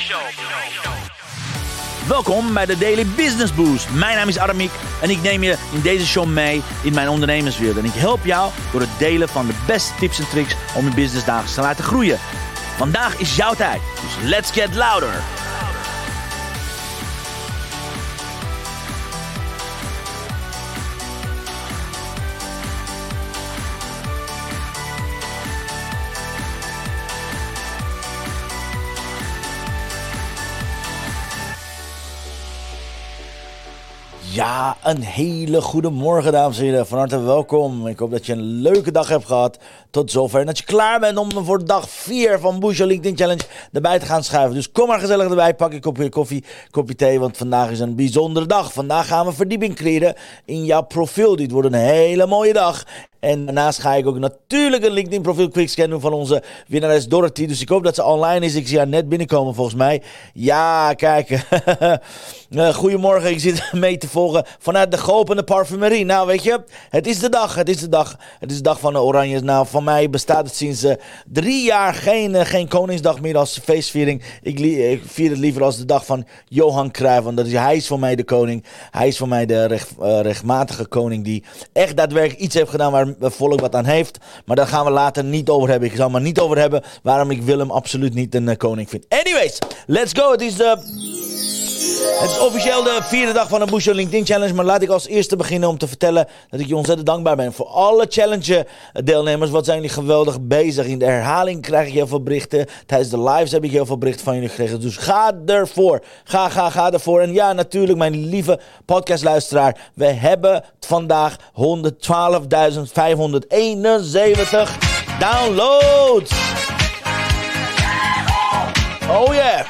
Welkom bij de Daily Business Boost. Mijn naam is Aramik en ik neem je in deze show mee in mijn ondernemerswereld. En ik help jou door het delen van de beste tips en tricks om je business dagelijks te laten groeien. Vandaag is jouw tijd, dus let's get louder. Ja, een hele goede morgen, dames en heren. Van harte welkom. Ik hoop dat je een leuke dag hebt gehad tot zover. En dat je klaar bent om voor dag 4 van Boost Your LinkedIn Challenge erbij te gaan schuiven. Dus kom maar gezellig erbij. Pak een kopje koffie, kopje thee. Want vandaag is een bijzondere dag. Vandaag gaan we verdieping creëren in jouw profiel. Dit wordt een hele mooie dag. En daarnaast ga ik ook natuurlijk een LinkedIn profiel quickscan doen van onze winnares Dorothy. Dus ik hoop dat ze online is. Ik zie haar net binnenkomen volgens mij. Ja, kijk. Goedemorgen. Ik zit mee te volgen vanuit de geopende parfumerie. Nou, weet je, het is de dag. Het is de dag van de Oranjes. Nou, van mij bestaat het sinds 3 jaar geen Koningsdag meer als feestviering. Ik vier het liever als de dag van Johan Cruijff. Want hij is voor mij de koning. Hij is voor mij de rechtmatige koning die echt daadwerkelijk iets heeft gedaan waar het volk wat aan heeft. Maar daar gaan we later niet over hebben. Ik zal maar niet over hebben waarom ik Willem absoluut niet een koning vind. Anyways, let's go. Het is officieel de 4e dag van de Boost Your LinkedIn Challenge. Maar laat ik als eerste beginnen om te vertellen dat ik je ontzettend dankbaar ben voor alle challenge deelnemers. Wat zijn jullie geweldig bezig. In de herhaling krijg ik heel veel berichten. Tijdens de lives heb ik heel veel berichten van jullie gekregen. Dus ga ervoor. Ga ervoor. En ja, natuurlijk mijn lieve podcastluisteraar. We hebben vandaag 112.571 downloads. Oh yeah.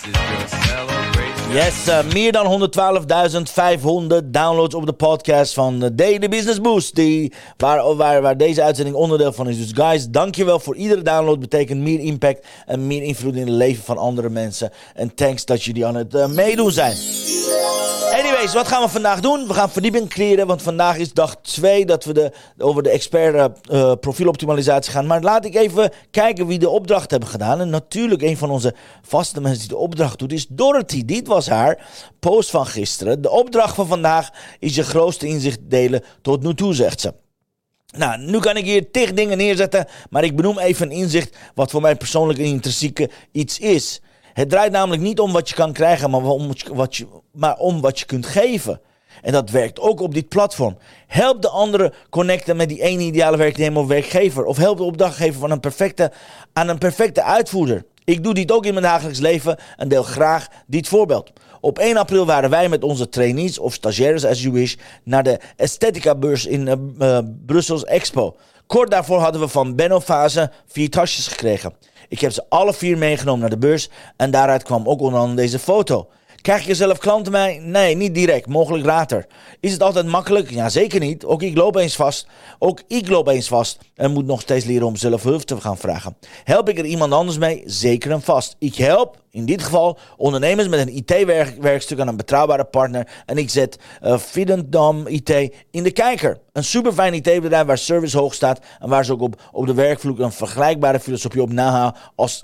Yes, meer dan 112.500 downloads op de podcast van Daily Business Boost. Waar deze uitzending onderdeel van is. Dus guys, dankjewel voor iedere download. Betekent meer impact en meer invloed in het leven van andere mensen. En thanks dat jullie aan het meedoen zijn. Anyways, wat gaan we vandaag doen? We gaan verdieping creëren, want vandaag is dag 2 dat we over de expert profieloptimalisatie gaan. Maar laat ik even kijken wie de opdracht hebben gedaan. En natuurlijk een van onze vaste mensen die de opdracht doet is Dorothy. Dit was haar post van gisteren. De opdracht van vandaag is je grootste inzicht delen tot nu toe, zegt ze. Nou, nu kan ik hier 10 dingen neerzetten, maar ik benoem even een inzicht wat voor mij persoonlijk een intrinsieke iets is. Het draait namelijk niet om wat je kan krijgen, maar om wat je kunt geven. En dat werkt ook op dit platform. Help de anderen connecten met die ene ideale werknemer of werkgever. Of help de opdrachtgever aan een perfecte uitvoerder. Ik doe dit ook in mijn dagelijks leven en deel graag dit voorbeeld. Op 1 april waren wij met onze trainees of stagiaires as you wish naar de Esthetica beurs in Brussels Expo. Kort daarvoor hadden we van Benno Fase 4 tasjes gekregen. Ik heb ze alle 4 meegenomen naar de beurs en daaruit kwam ook onder andere deze foto. Krijg je zelf klanten mee? Nee, niet direct, mogelijk later. Is het altijd makkelijk? Ja, zeker niet. Ook ik loop eens vast en moet nog steeds leren om zelf hulp te gaan vragen. Help ik er iemand anders mee? Zeker en vast. Ik help, in dit geval, ondernemers met een IT-werkstuk aan een betrouwbare partner en ik zet Videndam IT in de kijker. Een super fijn IT-bedrijf waar service hoog staat en waar ze ook op de werkvloer een vergelijkbare filosofie op nahouden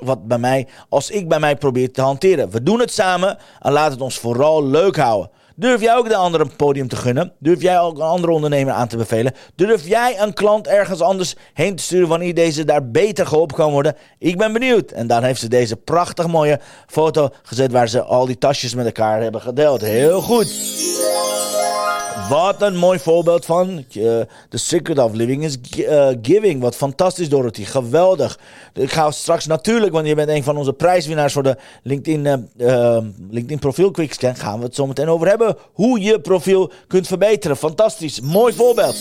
als ik bij mij probeer te hanteren. We doen het samen en laat het ons vooral leuk houden. Durf jij ook de ander een podium te gunnen? Durf jij ook een andere ondernemer aan te bevelen? Durf jij een klant ergens anders heen te sturen wanneer deze daar beter geholpen kan worden? Ik ben benieuwd. En dan heeft ze deze prachtig mooie foto gezet waar ze al die tasjes met elkaar hebben gedeeld. Heel goed. Wat een mooi voorbeeld van The Secret of Living is Giving. Wat fantastisch, Dorothy. Geweldig. Ik ga straks natuurlijk, want je bent een van onze prijswinnaars voor de LinkedIn profiel quickscan. Gaan we het zo meteen over hebben. Hoe je profiel kunt verbeteren. Fantastisch. Mooi voorbeeld.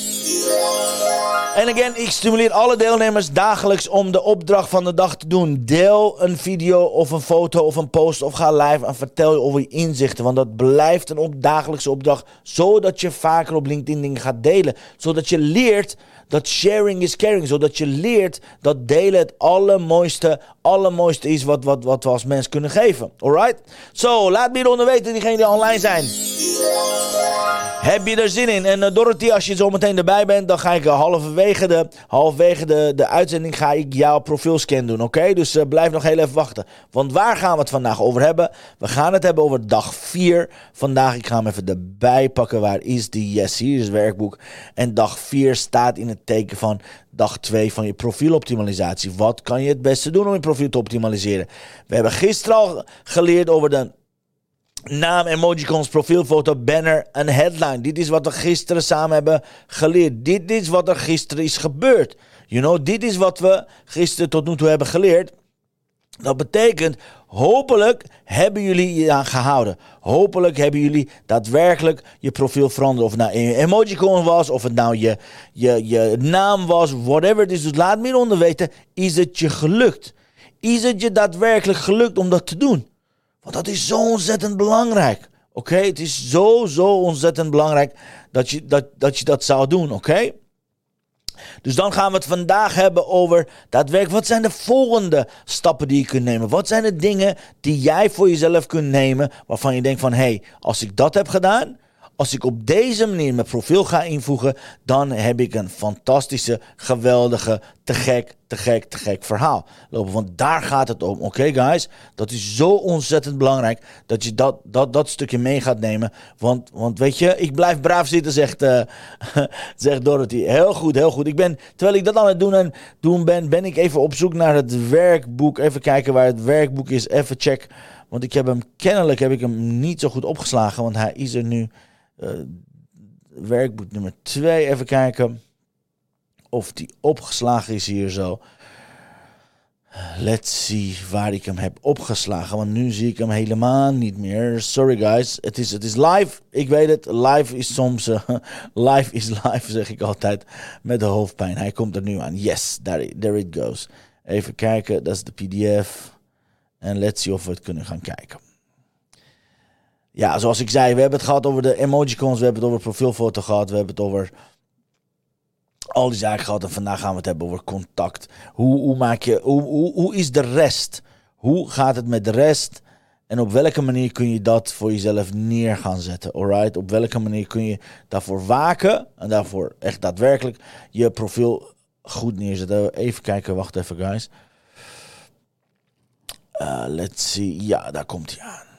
En again, ik stimuleer alle deelnemers dagelijks om de opdracht van de dag te doen. Deel een video of een foto of een post of ga live en vertel over je inzichten. Want dat blijft een dagelijkse opdracht, zodat je vaker op LinkedIn dingen gaat delen. Zodat je leert dat sharing is caring. Zodat je leert dat delen het allermooiste is wat we als mens kunnen geven. Alright? Laat me hieronder weten diegenen die online zijn. Heb je er zin in? En Dorothy, als je zo meteen erbij bent, dan ga ik halverwege de uitzending ga ik jouw profielscan doen, oké? Dus blijf nog heel even wachten. Want waar gaan we het vandaag over hebben? We gaan het hebben over dag 4. Vandaag, ik ga hem even erbij pakken. Waar is die? Yes, hier is het werkboek. En dag 4 staat in het teken van dag 2 van je profieloptimalisatie. Wat kan je het beste doen om je profiel te optimaliseren? We hebben gisteren al geleerd over de naam, emojicons, profielfoto, banner en headline. Dit is wat we gisteren samen hebben geleerd. Dit is wat er gisteren is gebeurd. Dit is wat we gisteren tot nu toe hebben geleerd. Dat betekent, hopelijk hebben jullie je aan gehouden. Hopelijk hebben jullie daadwerkelijk je profiel veranderd. Of het nou een emojicon was, of het nou je naam was, whatever het is. Dus laat me hieronder weten, is het je gelukt? Is het je daadwerkelijk gelukt om dat te doen? Want dat is zo ontzettend belangrijk. Oké? Het is zo ontzettend belangrijk dat je dat zou doen. Oké? Dus dan gaan we het vandaag hebben over daadwerkelijk. Wat zijn de volgende stappen die je kunt nemen? Wat zijn de dingen die jij voor jezelf kunt nemen waarvan je denkt van, hey, als ik dat heb gedaan, als ik op deze manier mijn profiel ga invoegen, dan heb ik een fantastische, geweldige, te gek verhaal lopen. Want daar gaat het om. Oké, guys? Dat is zo ontzettend belangrijk dat je dat stukje mee gaat nemen. Want weet je, ik blijf braaf zitten, zegt Dorothy. Heel goed. Terwijl ik dat aan het doen ben ik even op zoek naar het werkboek. Even kijken waar het werkboek is. Even check. Want kennelijk heb ik hem niet zo goed opgeslagen. Want hij is er nu. Werkboek nummer 2. Even kijken of die opgeslagen is hier zo. Let's see waar ik hem heb opgeslagen. Want nu zie ik hem helemaal niet meer. Sorry guys. Het is live. Ik weet het. Live is soms... live is live, zeg ik altijd. Met de hoofdpijn. Hij komt er nu aan. Yes, there it goes. Even kijken. Dat is de pdf. En let's see of we het kunnen gaan kijken. Ja, zoals ik zei, we hebben het gehad over de emojicons, we hebben het over profielfoto gehad, we hebben het over al die zaken gehad en vandaag gaan we het hebben over contact. Hoe is de rest? Hoe gaat het met de rest? En op welke manier kun je dat voor jezelf neer gaan zetten, alright? Op welke manier kun je daarvoor waken en daarvoor echt daadwerkelijk je profiel goed neerzetten? Even kijken, wacht even guys. Let's see, ja, daar komt hij aan.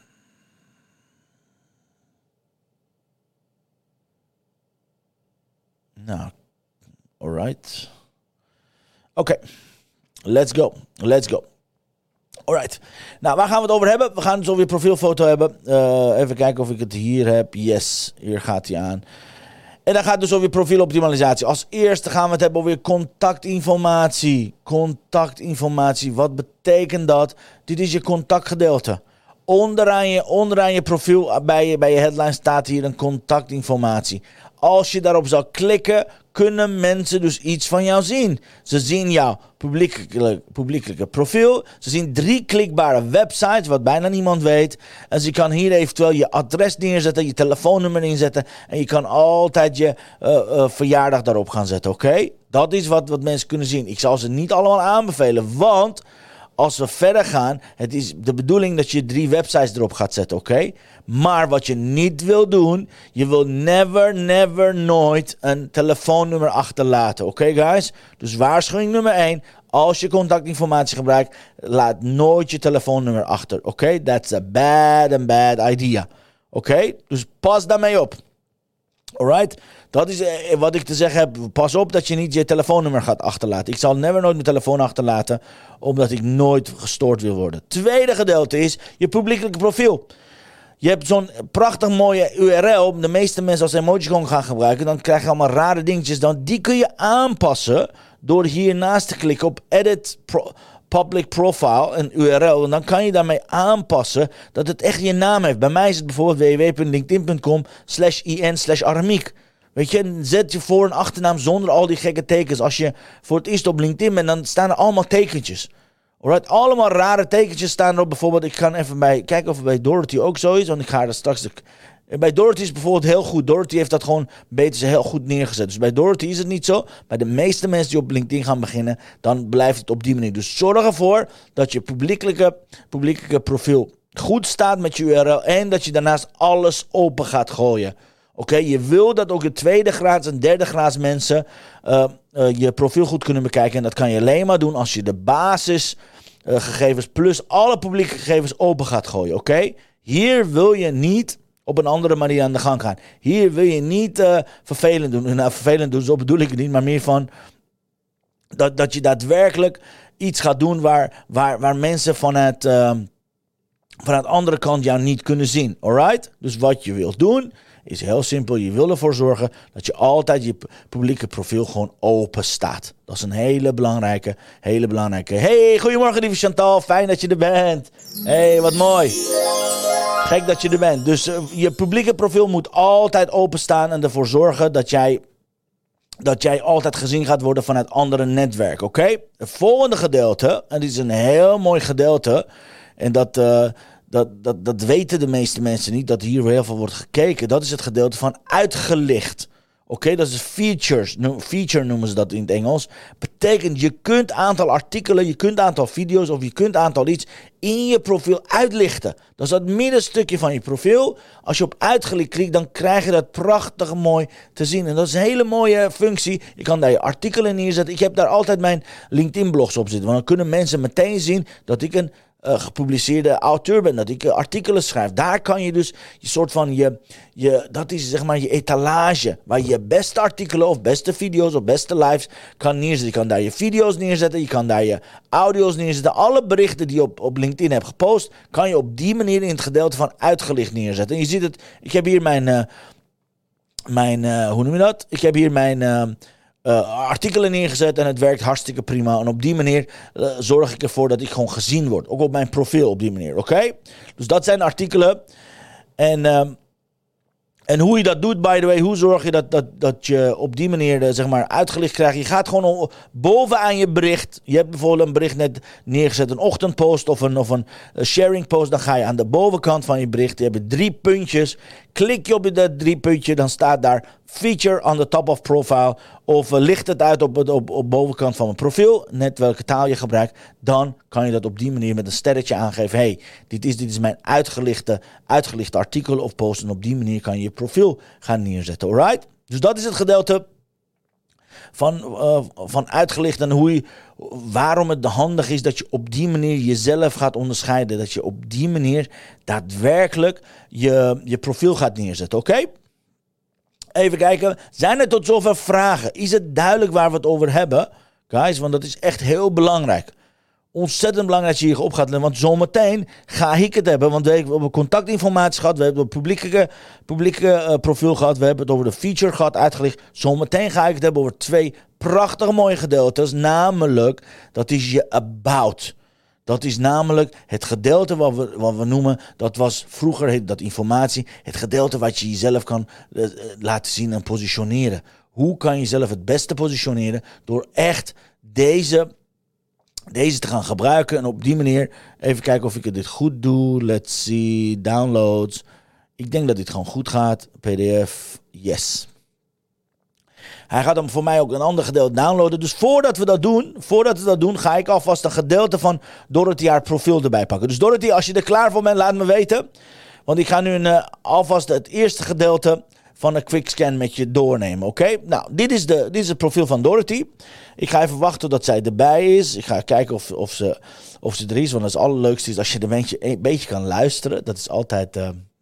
Nou, alright. Oké, let's go. Alright. Nou, waar gaan we het over hebben? We gaan het over je profielfoto hebben. Even kijken of ik het hier heb. Yes, hier gaat hij aan. En dan gaat het dus over je profieloptimalisatie. Als eerste gaan we het hebben over je contactinformatie. Contactinformatie, wat betekent dat? Dit is je contactgedeelte. Onderaan je profiel, bij je headline staat hier een contactinformatie. Als je daarop zou klikken, kunnen mensen dus iets van jou zien. Ze zien jouw publiekelijke profiel. Ze zien 3 klikbare websites, wat bijna niemand weet. En ze kan hier eventueel je adres neerzetten, je telefoonnummer inzetten. En je kan altijd je verjaardag daarop gaan zetten, oké? Dat is wat mensen kunnen zien. Ik zal ze niet allemaal aanbevelen, want als we verder gaan, het is de bedoeling dat je 3 websites erop gaat zetten, oké? Maar wat je niet wil doen, je wil never, nooit een telefoonnummer achterlaten, oké guys? Dus waarschuwing nummer 1, als je contactinformatie gebruikt, laat nooit je telefoonnummer achter, oké? That's a bad idea, oké? Dus pas daarmee op. Alright? Dat is wat ik te zeggen heb. Pas op dat je niet je telefoonnummer gaat achterlaten. Ik zal nooit mijn telefoon achterlaten, omdat ik nooit gestoord wil worden. Tweede gedeelte is je publiekelijke profiel. Je hebt zo'n prachtig mooie URL. De meeste mensen als emojicon gaan gebruiken, dan krijg je allemaal rare dingetjes. Die kun je aanpassen door hiernaast te klikken op Edit Public Profile, een URL. En dan kan je daarmee aanpassen dat het echt je naam heeft. Bij mij is het bijvoorbeeld www.linkedin.com/in/Aramiek. Weet je, zet je voor- en achternaam zonder al die gekke tekens. Als je voor het eerst op LinkedIn bent, dan staan er allemaal tekentjes. Alright, allemaal rare tekentjes staan erop. Bijvoorbeeld, ik ga even kijken of het bij Dorothy ook zo is. Want ik ga er straks... Bij Dorothy is het bijvoorbeeld heel goed. Dorothy heeft dat gewoon heel goed neergezet. Dus bij Dorothy is het niet zo. Bij de meeste mensen die op LinkedIn gaan beginnen, dan blijft het op die manier. Dus zorg ervoor dat je publiekelijke profiel goed staat met je URL. En dat je daarnaast alles open gaat gooien. Oké, je wil dat ook de tweede graads en derde graads mensen je profiel goed kunnen bekijken. En dat kan je alleen maar doen als je de basisgegevens plus alle publieke gegevens open gaat gooien. Oké? Hier wil je niet op een andere manier aan de gang gaan. Hier wil je niet vervelend doen. Nou, vervelend doen, zo bedoel ik het niet, maar meer van dat je daadwerkelijk iets gaat doen waar mensen vanuit de andere kant jou niet kunnen zien. Alright? Dus wat je wilt doen is heel simpel. Je wil ervoor zorgen dat je altijd je publieke profiel gewoon open staat. Dat is een hele belangrijke. Hey, goedemorgen lieve Chantal. Fijn dat je er bent. Hey, wat mooi. Gek dat je er bent. Dus je publieke profiel moet altijd openstaan en ervoor zorgen dat jij altijd gezien gaat worden vanuit andere netwerken. Oké? Het volgende gedeelte, en dit is een heel mooi gedeelte, en dat weten de meeste mensen niet, dat hier heel veel wordt gekeken. Dat is het gedeelte van uitgelicht. Oké, dat is feature noemen ze dat in het Engels. Betekent, je kunt aantal artikelen, je kunt aantal video's of je kunt aantal iets in je profiel uitlichten. Dat is dat middenstukje van je profiel. Als je op uitgelicht klikt, dan krijg je dat prachtig mooi te zien. En dat is een hele mooie functie. Je kan daar je artikelen neerzetten. Ik heb daar altijd mijn LinkedIn blogs op zitten. Want dan kunnen mensen meteen zien dat ik een gepubliceerde auteur ben, dat ik artikelen schrijf. Daar kan je dus je soort van dat is zeg maar je etalage, waar je beste artikelen of beste video's of beste lives kan neerzetten. Je kan daar je video's neerzetten, je kan daar je audio's neerzetten. Alle berichten die je op LinkedIn hebt gepost, kan je op die manier in het gedeelte van uitgelicht neerzetten. En je ziet het, ik heb hier mijn hoe noem je dat? Ik heb hier mijn artikelen neergezet en het werkt hartstikke prima. En op die manier zorg ik ervoor dat ik gewoon gezien word. Ook op mijn profiel op die manier, oké? Dus dat zijn artikelen. En hoe je dat doet, by the way, hoe zorg je dat je op die manier zeg maar uitgelicht krijgt. Je gaat gewoon bovenaan je bericht. Je hebt bijvoorbeeld een bericht net neergezet, een ochtendpost of een sharing post. Dan ga je aan de bovenkant van je bericht, je hebt 3 puntjes. Klik je op dat 3 puntje, dan staat daar feature on the top of profile. Of licht het uit op bovenkant van mijn profiel, net welke taal je gebruikt. Dan kan je dat op die manier met een sterretje aangeven. Hey, dit is mijn uitgelichte artikel of post. En op die manier kan je je profiel gaan neerzetten. Alright? Dus dat is het gedeelte van uitgelicht en waarom het handig is dat je op die manier jezelf gaat onderscheiden. Dat je op die manier daadwerkelijk je profiel gaat neerzetten. Oké? Even kijken. Zijn er tot zover vragen? Is het duidelijk waar we het over hebben? Guys, want dat is echt heel belangrijk. Ontzettend belangrijk dat je hierop gaat letten. Want zometeen ga ik het hebben. Want we hebben contactinformatie gehad. We hebben het publieke profiel gehad. We hebben het over de feature gehad, uitgelicht. Zometeen ga ik het hebben over 2 prachtige mooie gedeeltes. Namelijk, dat is je about. Dat is namelijk het gedeelte wat we noemen, dat was vroeger heette dat informatie. Het gedeelte wat je jezelf kan laten zien en positioneren. Hoe kan je jezelf het beste positioneren door echt deze te gaan gebruiken. En op die manier, even kijken of ik dit goed doe. Let's see, downloads. Ik denk dat dit gewoon goed gaat. PDF, yes. Hij gaat dan voor mij ook een ander gedeelte downloaden. Dus voordat we dat doen, ga ik alvast een gedeelte van Dorothy haar profiel erbij pakken. Dus Dorothy, als je er klaar voor bent, laat me weten. Want ik ga nu alvast het eerste gedeelte van een quickscan met je doornemen, oké? Nou, dit is het profiel van Dorothy. Ik ga even wachten tot zij erbij is. Ik ga kijken of ze er is, want het allerleukste is als je een beetje kan luisteren. Dat is altijd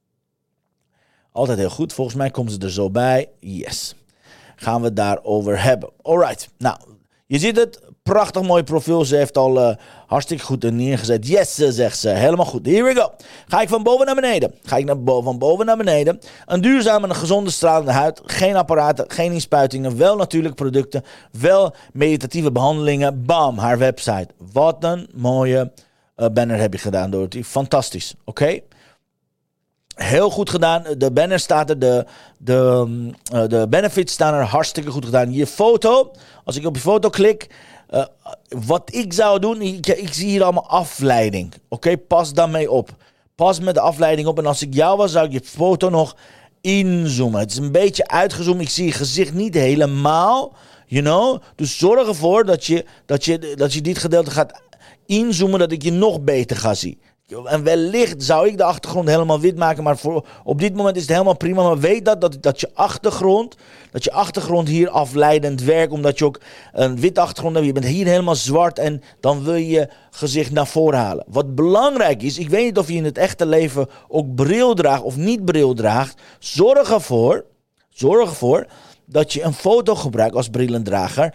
heel goed. Volgens mij komt ze er zo bij. Yes. Gaan we het daarover hebben. Alright. Nou, je ziet het. Prachtig mooi profiel. Ze heeft al hartstikke goed er neergezet. Yes, zegt ze. Helemaal goed. Here we go. Ga ik van boven naar beneden. Van boven naar beneden. Een duurzame en een gezonde stralende huid. Geen apparaten, geen inspuitingen. Wel natuurlijk producten. Wel meditatieve behandelingen. Bam, haar website. Wat een mooie banner heb je gedaan, Dorothy. Fantastisch. Oké? Heel goed gedaan. De banner staat er. De benefits staan er. Hartstikke goed gedaan. Je foto. Als ik op je foto klik. Wat ik zou doen. Ik zie hier allemaal afleiding. Oké, pas daarmee op. Pas met de afleiding op. En als ik jou was, zou ik je foto nog inzoomen. Het is een beetje uitgezoomd. Ik zie je gezicht niet helemaal. You know? Dus zorg ervoor dat je dit gedeelte gaat inzoomen. Dat ik je nog beter ga zien. En wellicht zou ik de achtergrond helemaal wit maken. Maar op dit moment is het helemaal prima. Maar weet dat je achtergrond hier afleidend werkt. Omdat je ook een wit achtergrond hebt. Je bent hier helemaal zwart. En dan wil je je gezicht naar voren halen. Wat belangrijk is. Ik weet niet of je in het echte leven ook bril draagt of niet bril draagt. Zorg ervoor dat je een foto gebruikt als brillendrager.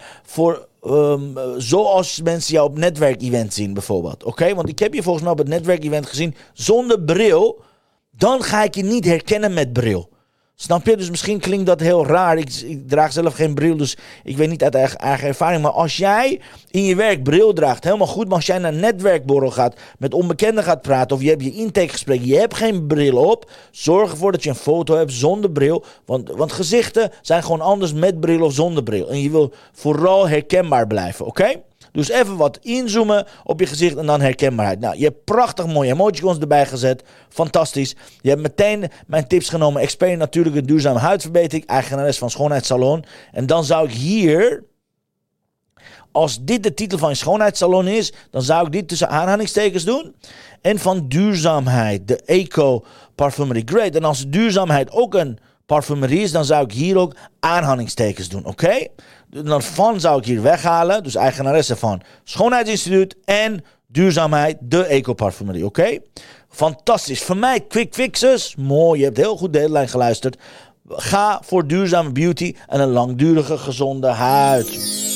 Zoals mensen jou op netwerkevent zien bijvoorbeeld. Oké? Want ik heb je volgens mij op het netwerkevent gezien zonder bril. Dan ga ik je niet herkennen met bril. Snap je? Dus misschien klinkt dat heel raar. Ik draag zelf geen bril, dus ik weet niet uit eigen ervaring. Maar als jij in je werk bril draagt, helemaal goed. Maar als jij naar een netwerkborrel gaat, met onbekenden gaat praten, of je hebt je intakegesprek, je hebt geen bril op. Zorg ervoor dat je een foto hebt zonder bril. Want gezichten zijn gewoon anders met bril of zonder bril. En je wil vooral herkenbaar blijven, oké? Dus even wat inzoomen op je gezicht en dan herkenbaarheid. Nou, je hebt prachtig mooie emoticons erbij gezet. Fantastisch. Je hebt meteen mijn tips genomen. Expert natuurlijke duurzame huidverbetering. Eigenares van Schoonheidssalon. En dan zou ik hier, als dit de titel van je schoonheidssalon is, dan zou ik dit tussen aanhalingstekens doen. En van duurzaamheid, de Eco Parfumerie Great. En als duurzaamheid ook een parfumerie is, dan zou ik hier ook aanhalingstekens doen, oké? Dan van zou ik hier weghalen, dus eigenaresse van Schoonheidsinstituut en duurzaamheid, de Eco-parfumerie, oké? Fantastisch. Voor mij quick fixes. Mooi, je hebt heel goed de headline geluisterd. Ga voor duurzame beauty en een langdurige gezonde huid.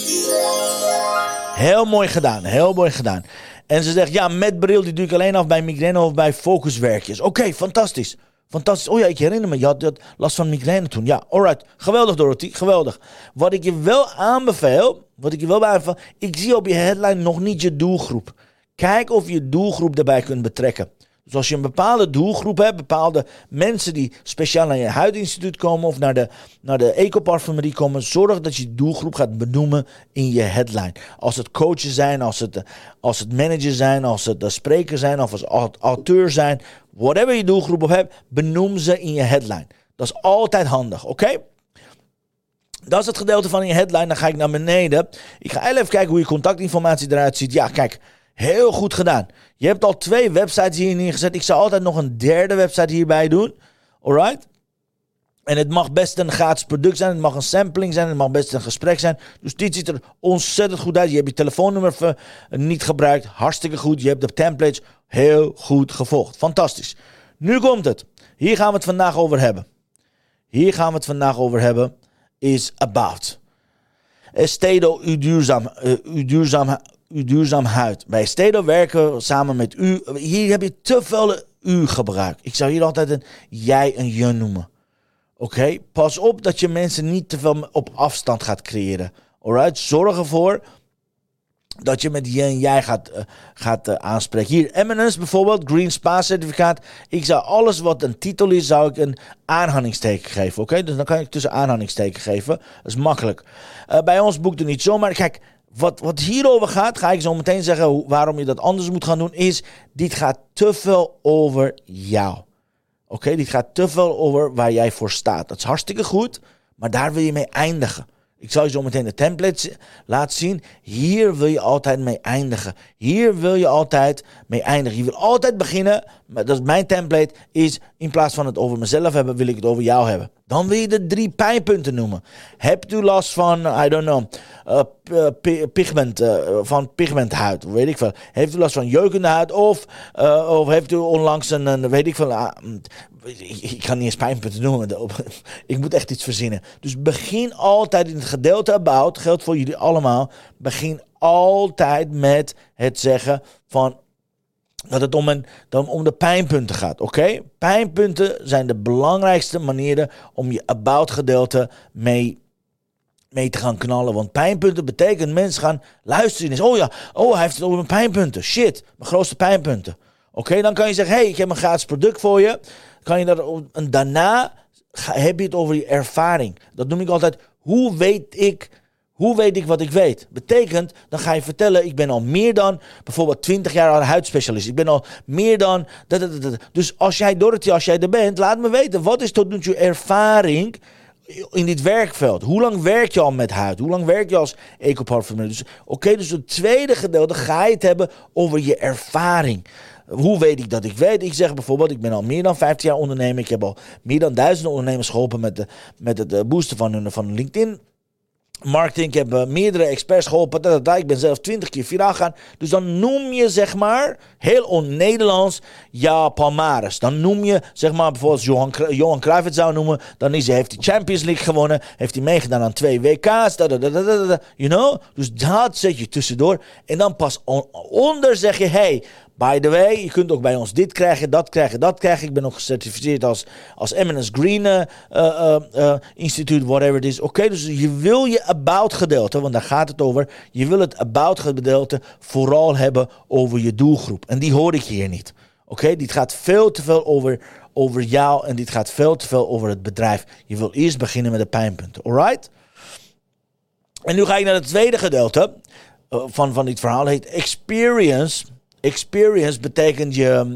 Heel mooi gedaan, heel mooi gedaan. En ze zegt, ja, met bril die doe ik alleen af bij migraine of bij focuswerkjes. Oké, fantastisch. Fantastisch. Oh ja, ik herinner me, je had last van migraine toen. Ja, alright. Geweldig, Dorothy. Geweldig. Wat ik je wel aanbeveel, ik zie op je headline nog niet je doelgroep. Kijk of je doelgroep erbij kunt betrekken. Dus als je een bepaalde doelgroep hebt, bepaalde mensen die speciaal naar je huidinstituut komen of naar de eco-parfumerie komen, zorg dat je doelgroep gaat benoemen in je headline. Als het coaches zijn, als het manager zijn, als het spreker zijn of als auteur zijn, whatever je doelgroep op hebt, benoem ze in je headline. Dat is altijd handig, oké? Dat is het gedeelte van je headline. Dan ga ik naar beneden. Ik ga even kijken hoe je contactinformatie eruit ziet. Ja, kijk. Heel goed gedaan. Je hebt al 2 websites hier neergezet. Ik zou altijd nog een 3e website hierbij doen. Alright? En het mag best een gratis product zijn. Het mag een sampling zijn. Het mag best een gesprek zijn. Dus dit ziet er ontzettend goed uit. Je hebt je telefoonnummer niet gebruikt. Hartstikke goed. Je hebt de templates heel goed gevolgd. Fantastisch. Nu komt het. Hier gaan we het vandaag over hebben. Is about. Estedo, uw duurzaam huid. Bij Estedo werken we samen met u. Hier heb je te veel u gebruikt. Ik zou hier altijd een jij en je noemen. Oké? Pas op dat je mensen niet te veel op afstand gaat creëren. Alright? Zorg ervoor dat je met je en jij gaat aanspreken. Hier, Eminence bijvoorbeeld, Green Spa certificaat. Ik zou alles wat een titel is, zou ik een aanhalingsteken geven. Oké? Dus dan kan ik tussen aanhalingstekens geven. Dat is makkelijk. Bij ons boekt het niet zomaar. Kijk, wat hierover gaat, ga ik zo meteen zeggen waarom je dat anders moet gaan doen, is dit gaat te veel over jou. Oké? Dit gaat te veel over waar jij voor staat. Dat is hartstikke goed, maar daar wil je mee eindigen. Ik zal je zo meteen de templates laten zien. Hier wil je altijd mee eindigen. Je wil altijd beginnen. Dat is mijn template. Is in plaats van het over mezelf hebben, wil ik het over jou hebben. Dan wil je de 3 pijnpunten noemen. Hebt u last van, pigmenthuid? Weet ik veel. Heeft u last van jeukende huid? Of heeft u onlangs ik kan niet eens pijnpunten noemen. Ik moet echt iets verzinnen. Dus begin altijd in het gedeelte about. Geldt voor jullie allemaal. Begin altijd met het zeggen van dat het om de pijnpunten gaat. Oké? Pijnpunten zijn de belangrijkste manieren om je about gedeelte mee te gaan knallen. Want pijnpunten betekent mensen gaan luisteren. Hij heeft het over mijn pijnpunten. Shit, mijn grootste pijnpunten. Oké, dan kan je zeggen, hey, ik heb een gratis product voor je. Kan je dat, en daarna heb je het over je ervaring. Dat noem ik altijd, hoe weet ik wat ik weet? Betekent, dan ga je vertellen, ik ben al meer dan bijvoorbeeld 20 jaar huidspecialist. Ik ben al meer dan Dus als jij er bent, laat me weten, wat is tot nu toe ervaring in dit werkveld. Hoe lang werk je al met huid? Hoe lang werk je als eco-parfumeur? Dus dus het tweede gedeelte ga je het hebben over je ervaring. Hoe weet ik dat ik weet? Ik zeg bijvoorbeeld, ik ben al meer dan 15 jaar ondernemer. Ik heb al meer dan 1000 ondernemers geholpen met het boosten van LinkedIn marketing. Ik heb meerdere experts geholpen. Ik ben zelf 20 keer viraal gegaan. Dus dan noem je, zeg maar, heel on-Nederlands, ja, palmares. Dan noem je, zeg maar, bijvoorbeeld Johan Cruijff het zou noemen. Dan heeft hij Champions League gewonnen. Heeft hij meegedaan aan 2 WK's. You know? Dus dat zet je tussendoor. En dan pas onder zeg je, hey, by the way, je kunt ook bij ons dit krijgen, dat krijgen. Ik ben ook gecertificeerd als Eminence Green Instituut, whatever it is. Oké, dus je wil je about gedeelte, want daar gaat het over. Je wil het about gedeelte vooral hebben over je doelgroep. En die hoor ik hier niet. Oké, dit gaat veel te veel over jou en dit gaat veel te veel over het bedrijf. Je wil eerst beginnen met de pijnpunten, alright? En nu ga ik naar het tweede gedeelte van dit verhaal. Het heet experience. Experience betekent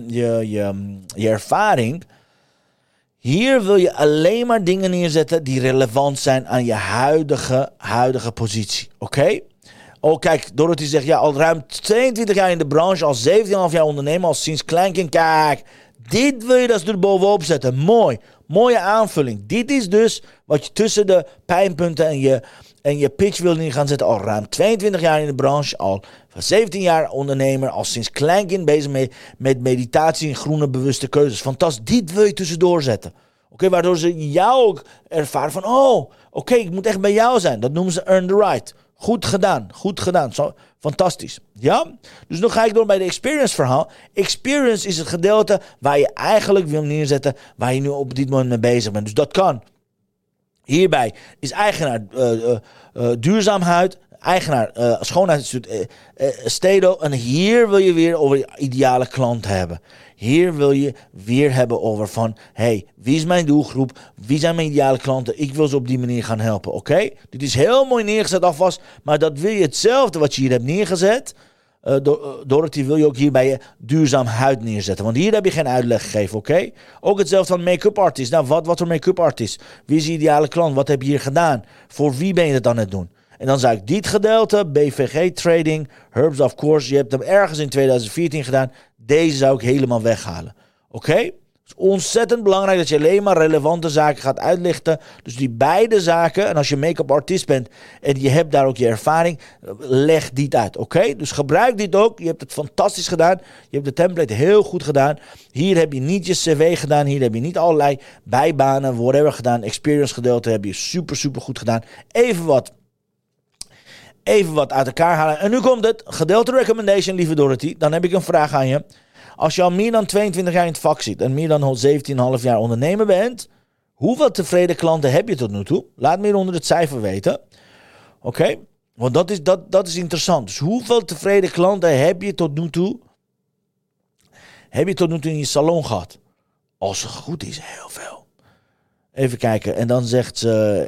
je ervaring. Hier wil je alleen maar dingen neerzetten die relevant zijn aan je huidige positie. Oké? Oh, kijk, Dorothy zegt, ja, al ruim 22 jaar in de branche, al 17,5 jaar ondernemer, al sinds kleinkind. Kijk, dit wil je dus er bovenop zetten. Mooi. Mooie aanvulling. Dit is dus wat je tussen de pijnpunten en je pitch wil neer gaan zetten. Al ruim 22 jaar in de branche, al 17 jaar ondernemer, al sinds kleinkind bezig met meditatie en groene bewuste keuzes. Fantastisch, dit wil je tussendoor zetten. Oké, waardoor ze jou ook ervaren van, oké, ik moet echt bij jou zijn. Dat noemen ze earn the right. Goed gedaan. Zo, fantastisch. Ja? Dus nu ga ik door bij de experience verhaal. Experience is het gedeelte waar je eigenlijk wil neerzetten, waar je nu op dit moment mee bezig bent. Dus dat kan. Hierbij is eigenaar duurzaamheid, eigenaar schoonheidsinstituut Stedo. En hier wil je weer over je ideale klant hebben. Hier wil je weer hebben over van, hey, wie is mijn doelgroep? Wie zijn mijn ideale klanten? Ik wil ze op die manier gaan helpen, oké? Dit is heel mooi neergezet alvast, maar dat wil je hetzelfde wat je hier hebt neergezet. Dorothy wil je ook hier bij je duurzaam huid neerzetten. Want hier heb je geen uitleg gegeven, oké? Ook hetzelfde van make-up artist. Nou, wat voor make-up artist? Wie is je ideale klant? Wat heb je hier gedaan? Voor wie ben je het dan het doen? En dan zou ik dit gedeelte, BVG Trading, Herbs of Course, je hebt hem ergens in 2014 gedaan. Deze zou ik helemaal weghalen. Oké? Het is ontzettend belangrijk dat je alleen maar relevante zaken gaat uitlichten. Dus die beide zaken, en als je make-up artist bent en je hebt daar ook je ervaring, leg dit uit. Oké? Dus gebruik dit ook. Je hebt het fantastisch gedaan. Je hebt de template heel goed gedaan. Hier heb je niet je cv gedaan. Hier heb je niet allerlei bijbanen, whatever gedaan. Experience gedeelte heb je super goed gedaan. Even wat uit elkaar halen. En nu komt het gedeelte recommendation, lieve Dorothy. Dan heb ik een vraag aan je. Als je al meer dan 22 jaar in het vak zit en meer dan 17,5 jaar ondernemer bent, hoeveel tevreden klanten heb je tot nu toe? Laat me hier onder het cijfer weten. Oké? Want dat is interessant. Dus hoeveel tevreden klanten heb je tot nu toe in je salon gehad? Als het goed is, heel veel. Even kijken. En dan zegt ze,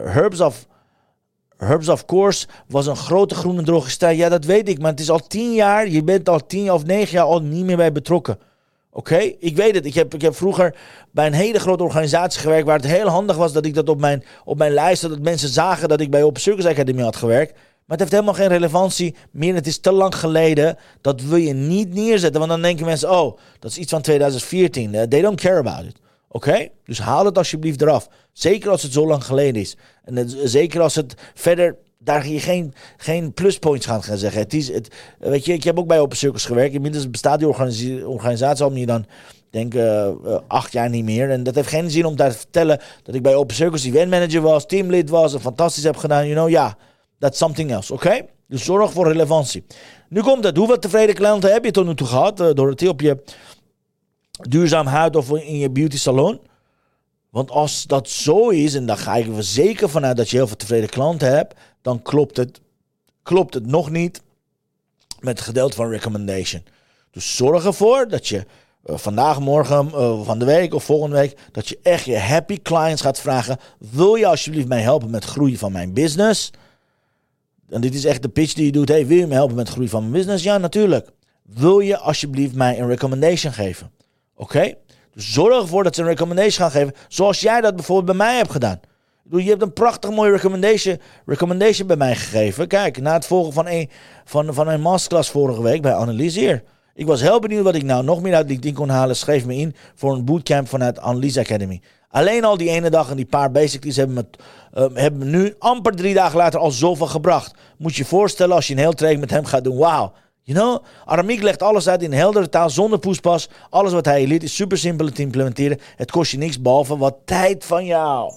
Herbs of Course was een grote groene drogisterij. Ja, dat weet ik, maar het is al 10 jaar. Je bent al 10 of 9 jaar al niet meer bij betrokken. Oké? Ik weet het. Ik heb vroeger bij een hele grote organisatie gewerkt waar het heel handig was dat ik dat op mijn lijst, dat mensen zagen dat ik bij Open Circus Academy had gewerkt. Maar het heeft helemaal geen relevantie meer. Het is te lang geleden. Dat wil je niet neerzetten. Want dan denken mensen, dat is iets van 2014. They don't care about it. Oké? Dus haal het alsjeblieft eraf. Zeker als het zo lang geleden is. En zeker als het verder, daar je geen pluspoints gaan zeggen. Weet je, ik heb ook bij Open Circus gewerkt. Inmiddels bestaat die organisatie al meer dan, denk 8 jaar niet meer. En dat heeft geen zin om daar te vertellen dat ik bij Open Circus event manager was, teamlid was en fantastisch heb gedaan. That's something else. Oké? Dus zorg voor relevantie. Nu komt het. Hoeveel tevreden klanten heb je tot nu toe gehad? Door het op je duurzaam huid of in je beauty salon? Want als dat zo is, en dan ga ik er zeker vanuit dat je heel veel tevreden klanten hebt, dan klopt het nog niet met het gedeelte van recommendation. Dus zorg ervoor dat je vandaag, morgen, van de week of volgende week, dat je echt je happy clients gaat vragen, wil je alsjeblieft mij helpen met het groeien van mijn business? En dit is echt de pitch die je doet. Hey, wil je me helpen met het groeien van mijn business? Ja, natuurlijk. Wil je alsjeblieft mij een recommendation geven? Oké? Dus zorg ervoor dat ze een recommendation gaan geven, zoals jij dat bijvoorbeeld bij mij hebt gedaan. Je hebt een prachtig mooie recommendation bij mij gegeven. Kijk, na het volgen van een masterclass vorige week bij Annelies hier. Ik was heel benieuwd wat ik nou nog meer uit LinkedIn kon halen. Schreef me in voor een bootcamp vanuit Annelies Academy. Alleen al die ene dag en die paar basicals hebben me nu amper 3 dagen later al zoveel gebracht. Moet je je voorstellen als je een heel traject met hem gaat doen. Wauw. You know, Aramik legt alles uit in heldere taal, zonder poespas. Alles wat hij je leert is super simpel te implementeren. Het kost je niks behalve wat tijd van jou.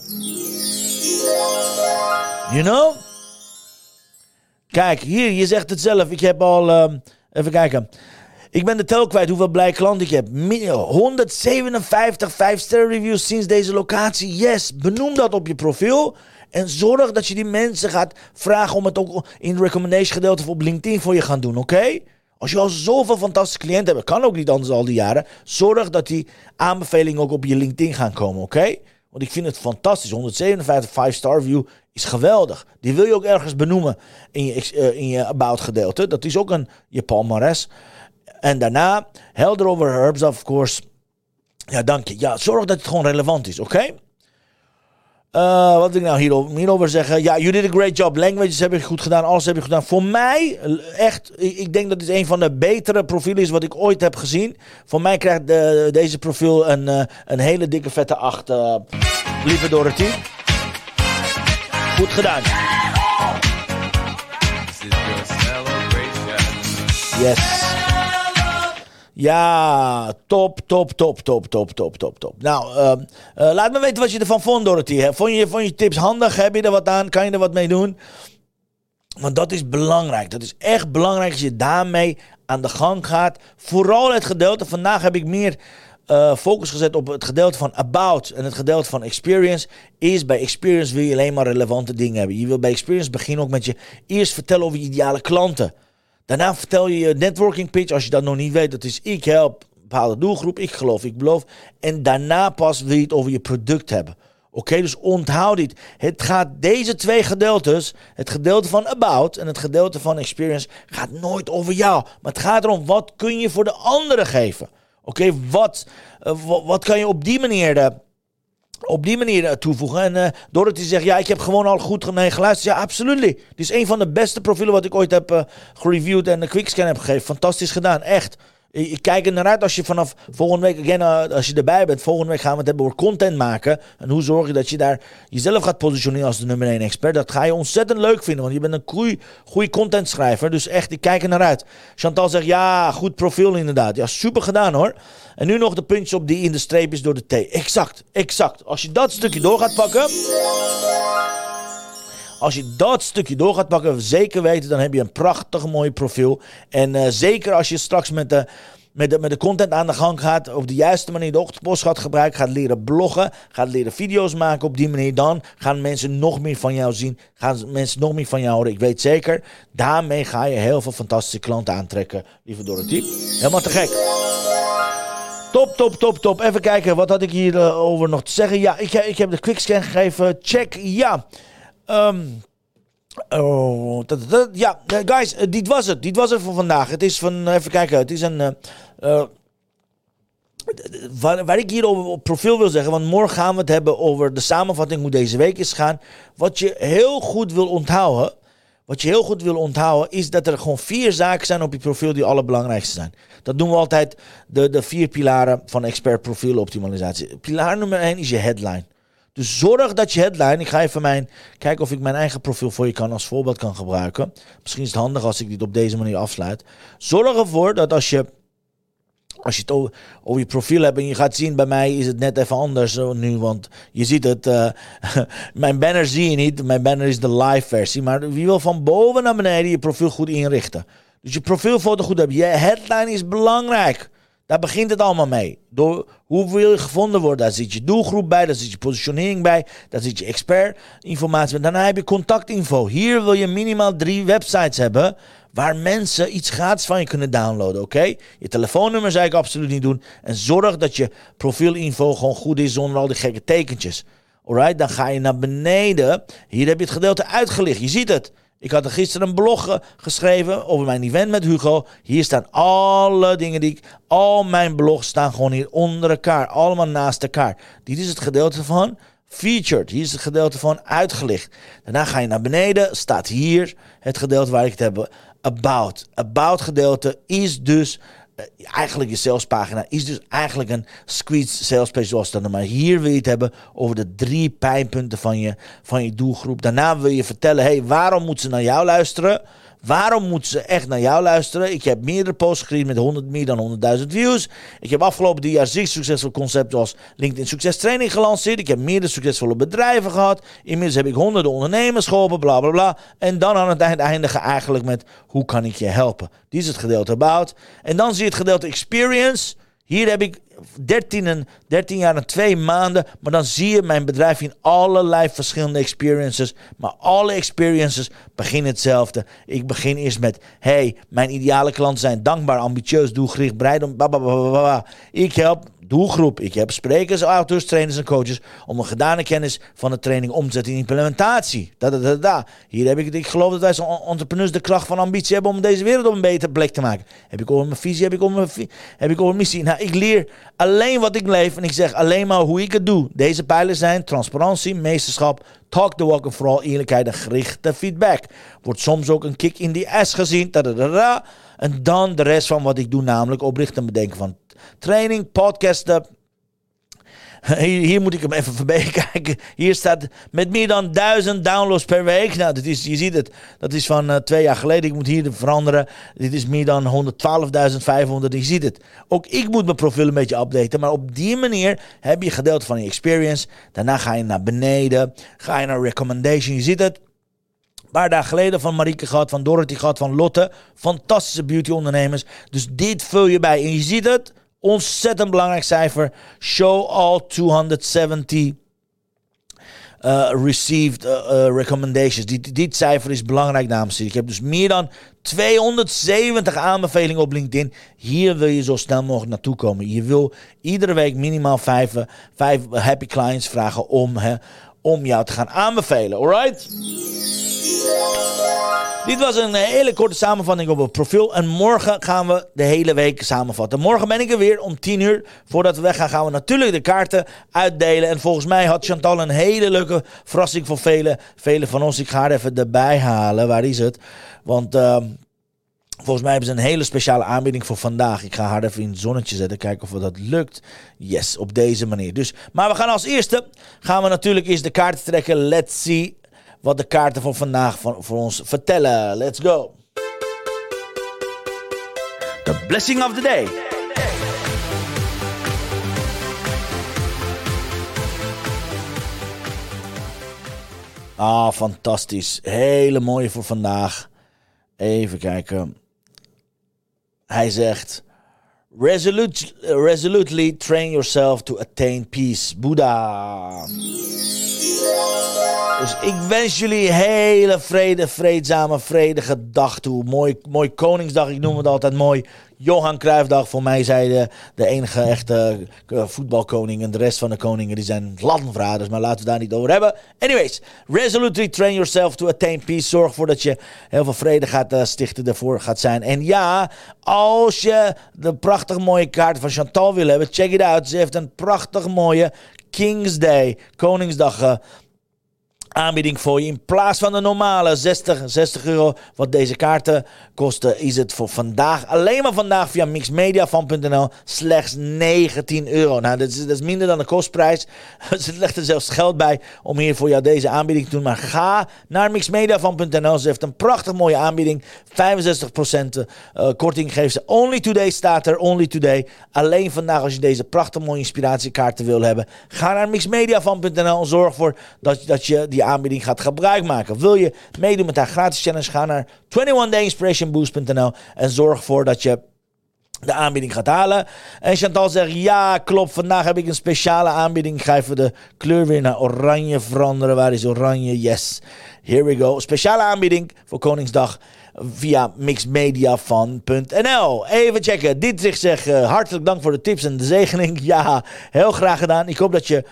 You know? Kijk, hier, je zegt het zelf. Ik heb al, even kijken. Ik ben de tel kwijt hoeveel blij klanten ik heb. 157 5-ster reviews sinds deze locatie. Yes, benoem dat op je profiel. En zorg dat je die mensen gaat vragen om het ook in het recommendation gedeelte of op LinkedIn voor je gaan doen, oké? Als je al zoveel fantastische cliënten hebt, kan ook niet anders al die jaren. Zorg dat die aanbevelingen ook op je LinkedIn gaan komen, oké? Want ik vind het fantastisch. 157 5-star review is geweldig. Die wil je ook ergens benoemen in je about gedeelte. Dat is ook je palmares. En daarna, helder over herbs, of course. Ja, dank je. Ja, zorg dat het gewoon relevant is, oké? Wat wil ik nou hierover zeggen? Ja, you did a great job. Languages heb je goed gedaan. Alles heb je gedaan. Voor mij, echt, ik denk dat dit een van de betere profielen is wat ik ooit heb gezien. Voor mij krijgt deze profiel een hele dikke vette 8. Lieve Dorothy. Goed gedaan. Yes. Ja, top. Nou, laat me weten wat je ervan vond, Dorothy. Vond je tips handig? Heb je er wat aan? Kan je er wat mee doen? Want dat is belangrijk. Dat is echt belangrijk als je daarmee aan de gang gaat. Vooral het gedeelte. Vandaag heb ik meer focus gezet op het gedeelte van about en het gedeelte van experience. Bij experience wil je alleen maar relevante dingen hebben. Je wil bij experience beginnen ook met je eerst vertellen over je ideale klanten. Daarna vertel je je networking pitch. Als je dat nog niet weet, dat is ik help een bepaalde doelgroep. Ik geloof, ik beloof. En daarna pas wil je het over je product hebben. Oké, dus onthoud dit. Het gaat deze 2 gedeeltes, het gedeelte van about en het gedeelte van experience, gaat nooit over jou. Maar het gaat erom, wat kun je voor de anderen geven? Oké, wat kan je op die manier toevoegen? En Dorothy zegt, ja, ik heb gewoon al goed mee geluisterd. Ja, absoluut. Dit is een van de beste profielen wat ik ooit heb gereviewd en een quickscan heb gegeven. Fantastisch gedaan, echt. Ik kijk er naar uit als je vanaf volgende week, als je erbij bent, volgende week gaan we het hebben over content maken. En hoe zorg je dat je daar jezelf gaat positioneren als de nummer 1 expert. Dat ga je ontzettend leuk vinden, want je bent een goede content schrijver. Dus echt, ik kijk er naar uit. Chantal zegt, ja, goed profiel inderdaad. Ja, super gedaan hoor. En nu nog de puntjes op die in de streepjes door de T. Exact. Als je dat stukje door gaat pakken, zeker weten, dan heb je een prachtig mooi profiel. En zeker als je straks met de content aan de gang gaat, op de juiste manier de Octopus gaat gebruiken, gaat leren bloggen, gaat leren video's maken op die manier, dan gaan mensen nog meer van jou zien, gaan mensen nog meer van jou horen. Ik weet zeker, daarmee ga je heel veel fantastische klanten aantrekken, lieve Dorothy. Helemaal te gek. Top. Even kijken, wat had ik hierover nog te zeggen? Ja, ik heb de quickscan gegeven. Check, ja. Ja, guys, dit was het. Dit was het voor vandaag. Het is van, even kijken, het is een... waar ik hier over op profiel wil zeggen, want morgen gaan we het hebben over de samenvatting hoe deze week is gegaan. Wat je heel goed wil onthouden is dat er gewoon 4 zaken zijn op je profiel die allerbelangrijkste zijn. Dat doen we altijd de 4 pilaren van expert profiel optimalisatie. Pilaar nummer 1 is je headline. Dus zorg dat je headline, ik ga even kijken of ik mijn eigen profiel voor je als voorbeeld kan gebruiken. Misschien is het handig als ik dit op deze manier afsluit. Zorg ervoor dat als je het over je profiel hebt en je gaat zien, bij mij is het net even anders nu, want je ziet het, mijn banner zie je niet, mijn banner is de live versie, maar wie wil van boven naar beneden je profiel goed inrichten. Dus je profielfoto goed hebben, je headline is belangrijk. Daar begint het allemaal mee. Door hoe wil je gevonden worden? Daar zit je doelgroep bij, daar zit je positionering bij, daar zit je expertinformatie bij. Daarna heb je contactinfo. Hier wil je minimaal 3 websites hebben waar mensen iets gratis van je kunnen downloaden, oké? Je telefoonnummer zou ik absoluut niet doen. En zorg dat je profielinfo gewoon goed is zonder al die gekke tekentjes. Alright, dan ga je naar beneden. Hier heb je het gedeelte uitgelicht. Je ziet het. Ik had er gisteren een blog geschreven over mijn event met Hugo. Hier staan alle dingen al mijn blogs staan gewoon hier onder elkaar. Allemaal naast elkaar. Dit is het gedeelte van Featured. Hier is het gedeelte van uitgelicht. Daarna ga je naar beneden. Staat hier het gedeelte waar ik het heb. About. About gedeelte is dus eigenlijk je salespagina. Is dus eigenlijk een squeeze salespage zoals dan. Maar hier wil je het hebben over de 3 pijnpunten van je doelgroep. Daarna wil je vertellen, hey, waarom moeten ze naar jou luisteren? Waarom moeten ze echt naar jou luisteren? Ik heb meerdere posts geschreven met meer dan 100.000 views. Ik heb afgelopen 3 jaar 6 succesvol concepten zoals LinkedIn Succes Training gelanceerd. Ik heb meerdere succesvolle bedrijven gehad. Inmiddels heb ik honderden ondernemers geholpen, bla bla bla. En dan aan het eind eindigen eigenlijk met, hoe kan ik je helpen? Dit is het gedeelte about. En dan zie je het gedeelte experience. Hier heb ik 13 jaar en 2 maanden. Maar dan zie je mijn bedrijf in allerlei verschillende experiences. Maar alle experiences beginnen hetzelfde. Ik begin eerst met, hey, mijn ideale klanten zijn dankbaar, ambitieus, doelgericht, bereid om... Ik help doelgroep. Ik heb sprekers, auteurs, trainers en coaches om een gedane kennis van de training om te zetten in implementatie. Hier heb ik het. Ik geloof dat wij als entrepreneurs de kracht van ambitie hebben om deze wereld op een betere plek te maken. Heb ik over mijn visie, heb ik over mijn missie. Nou, ik leer alleen wat ik leef en ik zeg alleen maar hoe ik het doe. Deze pijlers zijn transparantie, meesterschap, talk the walk en vooral eerlijkheid en gerichte feedback. Wordt soms ook een kick in die ass gezien. En dan de rest van wat ik doe, namelijk oprichten en bedenken van training, podcasten. Hier moet ik hem even voorbij kijken. Hier staat met meer dan 1000 downloads per week. Nou, je ziet het. Dat is van 2 jaar geleden. Ik moet hier veranderen. Dit is meer dan 112.500. Je ziet het. Ook ik moet mijn profiel een beetje updaten. Maar op die manier heb je gedeelte van je experience. Daarna ga je naar beneden. Ga je naar recommendation. Je ziet het. Een paar dagen geleden van Marieke gehad, van Dorothy gehad, van Lotte. Fantastische beauty ondernemers. Dus dit vul je bij. En je ziet het. Ontzettend belangrijk cijfer. Show all 270 received recommendations. Dit cijfer is belangrijk, dames en heren. Ik heb dus meer dan 270 aanbevelingen op LinkedIn. Hier wil je zo snel mogelijk naartoe komen. Je wil iedere week minimaal 5 happy clients vragen om jou te gaan aanbevelen. Alright? Dit was een hele korte samenvatting op het profiel. En morgen gaan we de hele week samenvatten. Morgen ben ik er weer om 10 uur. Voordat we weggaan gaan we natuurlijk de kaarten uitdelen. En volgens mij had Chantal een hele leuke verrassing voor velen van ons. Ik ga haar even erbij halen. Waar is het? Want volgens mij hebben ze een hele speciale aanbieding voor vandaag. Ik ga haar even in het zonnetje zetten. Kijken of dat lukt. Yes, op deze manier. Maar we gaan als eerste. Gaan we natuurlijk eerst de kaarten trekken. Let's see wat de kaarten van vandaag voor ons vertellen. Let's go. The blessing of the day. Fantastisch. Hele mooie voor vandaag. Even kijken. Hij zegt: resolutely train yourself to attain peace. Boeddha. Dus ik wens jullie hele vreedzame, vredige dag toe. Mooi Koningsdag, ik noem het altijd mooi. Johan Cruijffdag, voor mij zei de enige echte voetbalkoning. En de rest van de koningen die zijn landverraders. Maar laten we daar niet over hebben. Anyways, resolutely train yourself to attain peace. Zorg ervoor dat je heel veel vrede gaat stichten, ervoor gaat zijn. En ja, als je de prachtig mooie kaart van Chantal wil hebben, check it out. Ze heeft een prachtig mooie King's Day, Koningsdag aanbieding voor je. In plaats van de normale 60 euro wat deze kaarten kosten, is het voor vandaag, alleen maar vandaag via mixmediafan.nl slechts 19 euro. Nou, dat is minder dan de kostprijs. Ze legt er zelfs geld bij om hier voor jou deze aanbieding te doen. Maar ga naar mixmediafan.nl. Ze heeft een prachtig mooie aanbieding. 65% korting geeft ze. Only today staat er. Only today. Alleen vandaag als je deze prachtig mooie inspiratiekaarten wil hebben. Ga naar mixmediafan.nl en zorg ervoor dat je die aanbieding gaat gebruik maken. Wil je meedoen met haar gratis challenge? Ga naar 21dayinspirationboost.nl en zorg ervoor dat je de aanbieding gaat halen. En Chantal zegt: ja, klopt. Vandaag heb ik een speciale aanbieding. Ik ga even de kleur weer naar oranje veranderen. Waar is oranje? Yes. Here we go. Speciale aanbieding voor Koningsdag via mixmediafan.nl. Even checken. Dietrich zegt: hartelijk dank voor de tips en de zegening. Ja, heel graag gedaan. Ik hoop dat je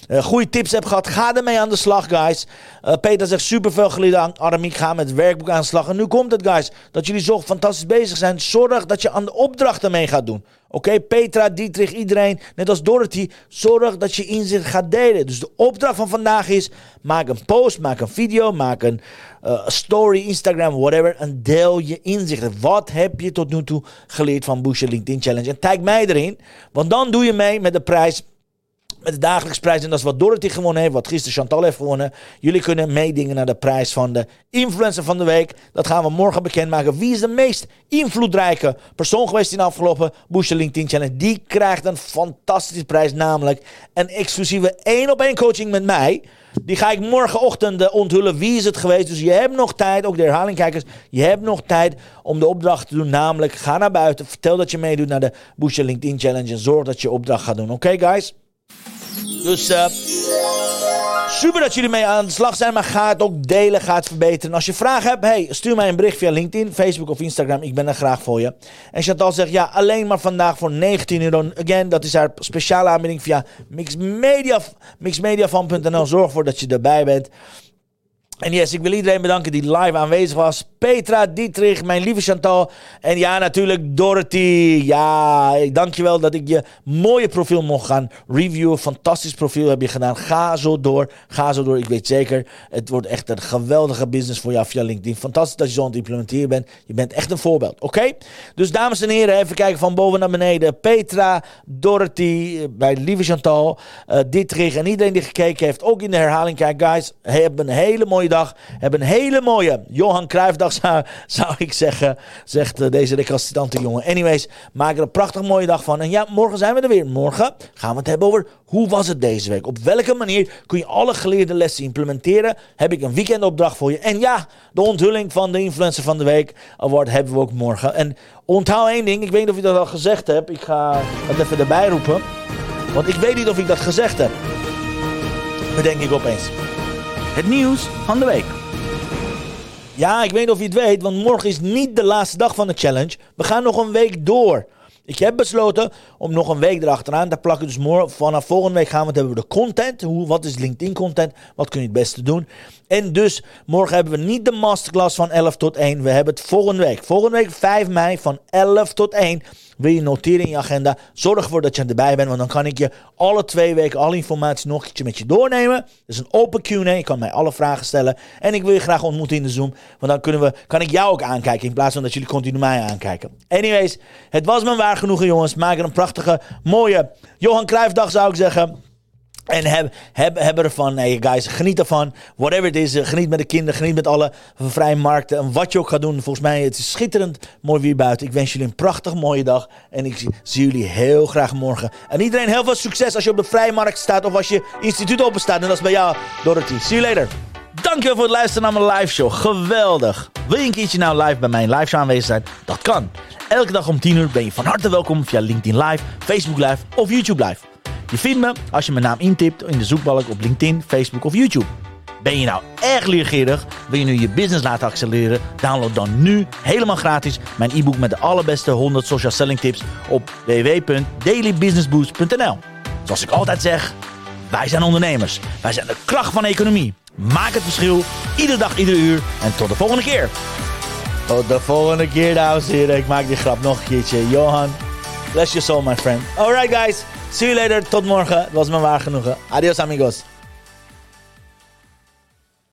goede tips hebt gehad, ga ermee aan de slag, guys. Peter zegt superveel geleerd aan Aramiek, ga met het werkboek aan de slag. En nu komt het, guys, dat jullie zo fantastisch bezig zijn. Zorg dat je aan de opdrachten mee gaat doen. Oké, Petra, Dietrich, iedereen, net als Dorothy, zorg dat je inzicht gaat delen. Dus de opdracht van vandaag is, maak een post, maak een video, maak een story, Instagram, whatever, en deel je inzichten. Wat heb je tot nu toe geleerd van Boost Your LinkedIn Challenge? En tag mij erin, want dan doe je mee met de prijs. Met de dagelijkse prijs. En dat is wat Dorothy gewonnen heeft. Wat gisteren Chantal heeft gewonnen. Jullie kunnen meedingen naar de prijs van de influencer van de week. Dat gaan we morgen bekendmaken. Wie is de meest invloedrijke persoon geweest in de afgelopen Boost Your LinkedIn Challenge? Die krijgt een fantastische prijs. Namelijk een exclusieve 1-op-1 coaching met mij. Die ga ik morgenochtend onthullen. Wie is het geweest? Dus je hebt nog tijd. Ook de herhalingkijkers. Je hebt nog tijd om de opdracht te doen. Namelijk ga naar buiten. Vertel dat je meedoet naar de Boost Your LinkedIn Challenge. En zorg dat je opdracht gaat doen. Oké, guys? Dus super dat jullie mee aan de slag zijn, maar ga het ook delen, ga het verbeteren. Als je vragen hebt, hey, stuur mij een bericht via LinkedIn, Facebook of Instagram. Ik ben er graag voor je. En Chantal zegt, ja, alleen maar vandaag voor €19. Again, dat is haar speciale aanbieding via mixmediafan.nl. Zorg ervoor dat je erbij bent. En yes, ik wil iedereen bedanken die live aanwezig was. Petra, Dietrich, mijn lieve Chantal. En ja, natuurlijk Dorothy. Ja, dankjewel dat ik je mooie profiel mocht gaan reviewen. Fantastisch profiel heb je gedaan. Ga zo door. Ga zo door. Ik weet zeker, het wordt echt een geweldige business voor jou via LinkedIn. Fantastisch dat je zo aan het implementeren bent. Je bent echt een voorbeeld, oké? Dus dames en heren, even kijken van boven naar beneden. Petra, Dorothy, mijn lieve Chantal, Dietrich en iedereen die gekeken heeft. Ook in de herhaling. Kijk, guys, heb een hele mooie dag. Heb een hele mooie Johan Cruijffdag, zou ik zeggen. Zegt deze recalcitrante jongen. Anyways, maak er een prachtig mooie dag van. En ja, morgen zijn we er weer. Morgen gaan we het hebben over hoe was het deze week. Op welke manier kun je alle geleerde lessen implementeren. Heb ik een weekendopdracht voor je. En ja, de onthulling van de Influencer van de Week Award hebben we ook morgen. En onthoud één ding. Ik weet niet of ik dat al gezegd heb. Ik ga het even erbij roepen. Want ik weet niet of ik dat gezegd heb. Bedenk ik opeens. Het nieuws van de week. Ja, ik weet niet of je het weet, want morgen is niet de laatste dag van de challenge. We gaan nog een week door. Ik heb besloten om nog een week erachteraan te plakken. Dus vanaf volgende week gaan we het hebben over de content. Wat is LinkedIn content? Wat kun je het beste doen? En dus morgen hebben we niet de masterclass van 11 tot 1. We hebben het volgende week. Volgende week 5 mei van 11 tot 1. Wil je noteren in je agenda. Zorg ervoor dat je erbij bent. Want dan kan ik je alle 2 weken alle informatie nog een met je doornemen. Dat is een open Q&A. Je kan mij alle vragen stellen. En ik wil je graag ontmoeten in de Zoom. Want dan kan ik jou ook aankijken. In plaats van dat jullie continu mij aankijken. Anyways, het was me waar genoegen, jongens. Maak er een prachtige, mooie Johan Cruijffdag, zou ik zeggen. En heb ervan. Nee, guys, geniet ervan. Whatever it is. Geniet met de kinderen. Geniet met alle vrije markten. En wat je ook gaat doen. Volgens mij het is schitterend mooi weer buiten. Ik wens jullie een prachtig mooie dag. En ik zie jullie heel graag morgen. En iedereen heel veel succes als je op de vrije markt staat. Of als je instituut open staat. En dat is bij jou, Dorothy. See you later. Dankjewel voor het luisteren naar mijn live show. Geweldig. Wil je een keertje nou live bij mijn live show aanwezig zijn? Dat kan. Elke dag om 10 uur ben je van harte welkom via LinkedIn Live, Facebook Live of YouTube Live. Je vindt me als je mijn naam intipt in de zoekbalk op LinkedIn, Facebook of YouTube. Ben je nou erg leergierig? Wil je nu je business laten accelereren? Download dan nu helemaal gratis mijn e-book met de allerbeste 100 social selling tips op www.dailybusinessboost.nl. Zoals ik altijd zeg, wij zijn ondernemers. Wij zijn de kracht van de economie. Maak het verschil, iedere dag, iedere uur. En tot de volgende keer. Tot de volgende keer, dames en heren. Ik maak die grap nog een keertje. Johan, bless your soul, my friend. Alright, guys. See you later. Tot morgen. Het was me waar genoegen. Adios, amigos.